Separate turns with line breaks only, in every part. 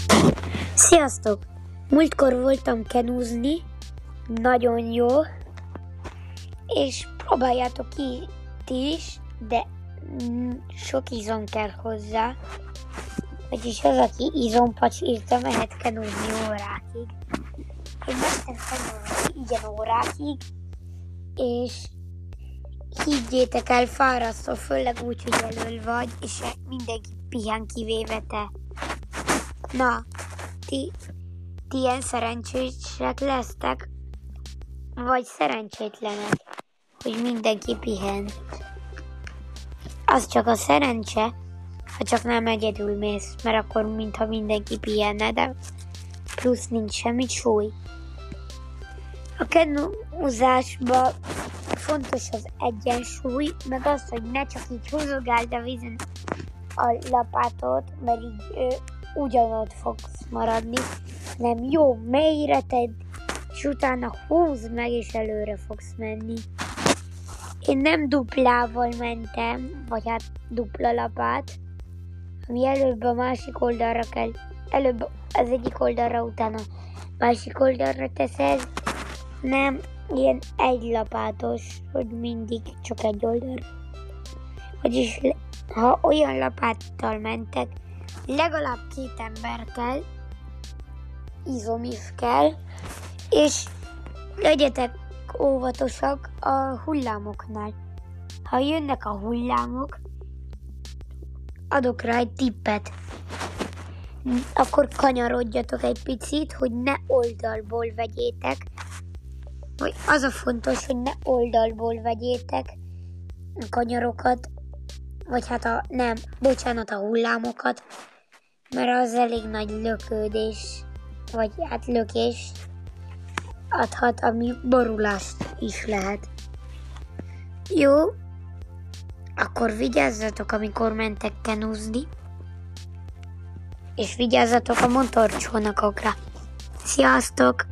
Sziasztok! Múltkor voltam kenúzni, nagyon jó, és próbáljátok ki ti is, de sok izom kell hozzá. Vagyis az, aki izompacsírta, mehet kenúzni órákig. Én mentem kenúzni igen órákig, és higgyétek el, fárasztó, főleg úgy, hogy elől vagy, és mindenki pihen, kivéve te. Na, ti ilyen szerencsések lesztek, vagy szerencsétlenek, hogy mindenki pihen. Az csak a szerencse, ha csak nem egyedül mész, mert akkor mintha mindenki pihenne, de plusz nincs semmi súly. A kenúzásban fontos az egyensúly, meg az, hogy ne csak így húzogáld a vízen a lapátot, mert így ugyanott fogsz maradni, hanem jó mélyre tedd, és utána húzd meg, és előre fogsz menni. Én nem duplával mentem, vagy hát dupla lapát, ami előbb a másik oldalra kell, előbb az egyik oldalra, utána másik oldalra teszed, nem ilyen egylapátos, hogy mindig csak egy oldalra. Vagyis ha olyan lapáttal mentek, legalább 2 ember kell, izom is kell, és legyetek óvatosak a hullámoknál. Ha jönnek a hullámok, adok rá egy tippet. Akkor kanyarodjatok egy picit, hogy ne oldalból vegyétek. Vagy az a fontos, hogy ne oldalból vegyétek a kanyarokat, vagy hát a hullámokat, mert az elég nagy lökődés, vagy hát lökés adhat, ami borulást is lehet. Jó, akkor vigyázzatok, amikor mentek kenúzni, és vigyázzatok a motorcsónakokra. Sziasztok!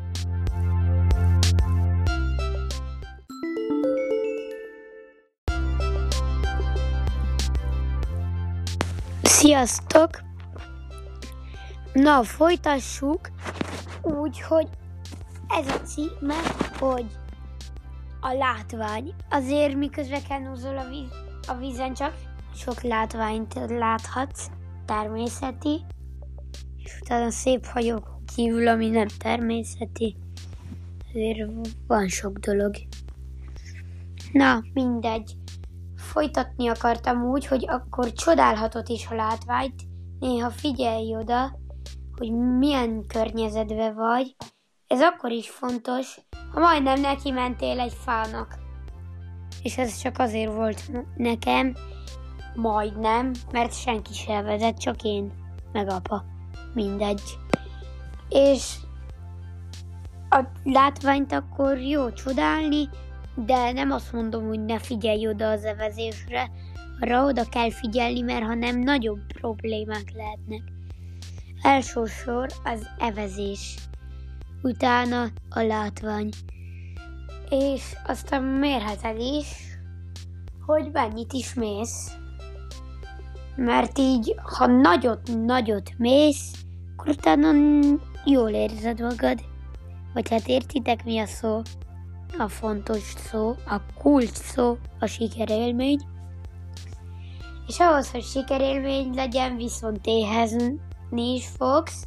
Sziasztok! Na, folytassuk úgy, hogy ez a címe, hogy a látvány. Azért miközben kenúzol a vízen, csak sok látványt láthatsz, természeti, és utána szép hajók kívül, ami nem természeti. Azért van sok dolog. Na, mindegy. Folytatni akartam úgy, hogy akkor csodálhatod is a látványt, néha figyelj oda, hogy milyen környezetben vagy. Ez akkor is fontos, ha majdnem neki mentél egy fának. És ez csak azért volt nekem, majdnem, mert senki sem vezet, csak én, meg apa. Mindegy. És a látványt akkor jó csodálni, de nem azt mondom, hogy ne figyelj oda az evezésre, arra oda kell figyelni, mert ha nem, nagyobb problémák lehetnek. Elsősor az evezés, utána a látvány, és aztán mérheted is, hogy mennyit is mész. Mert így, ha nagyot mész, akkor utána jól érzed magad. Vagy hát értitek, mi a szó? A fontos szó, a kulcs szó, a sikerélmény. És ahhoz, hogy sikerélmény legyen, viszont éhezni is fogsz,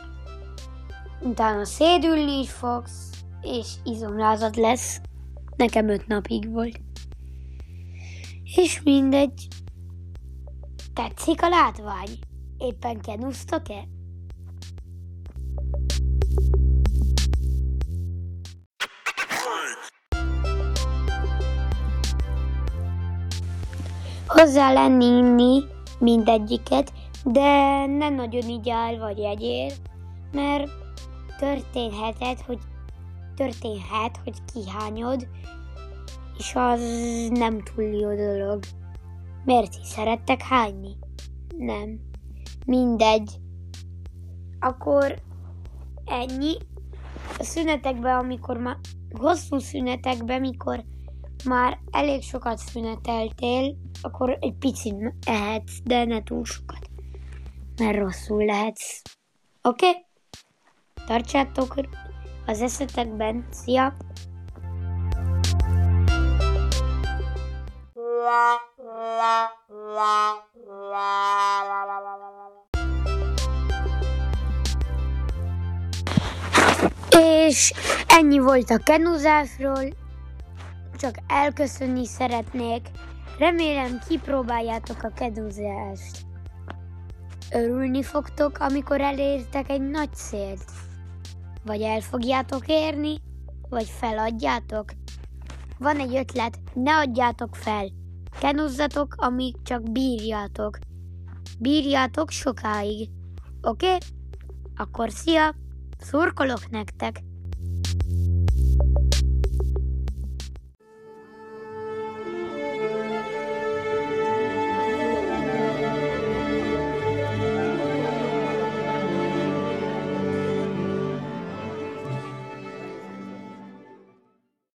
utána szédülni is fogsz, és izomlázad lesz. Nekem 5 napig volt. És mindegy. Tetszik a látvány? Éppen kenúztok-e? Hozzá lenni inni mindegyiket, de ne nagyon igyál vagy egyél, mert történhet, hogy kihányod, és az nem túl jó dolog. Miért is szerettek hányni? Nem. Mindegy. Akkor ennyi. A szünetekben, amikor már hosszú szünetekben, mikor már elég sokat szüneteltél, akkor egy picit ehetsz, de ne túl sokat, mert rosszul lehetsz Oké? Tartsátok az eszetekben. Szia! És ennyi volt a kenuzásról, csak elköszönni szeretnék. Remélem kipróbáljátok a kenúzást. Örülni fogtok, amikor elértek egy nagy célt. Vagy el fogjátok érni, vagy feladjátok. Van egy ötlet, ne adjátok fel. Kenuzzatok, amíg csak bírjátok. Bírjátok sokáig. Oké? Akkor szia! Szurkolok nektek!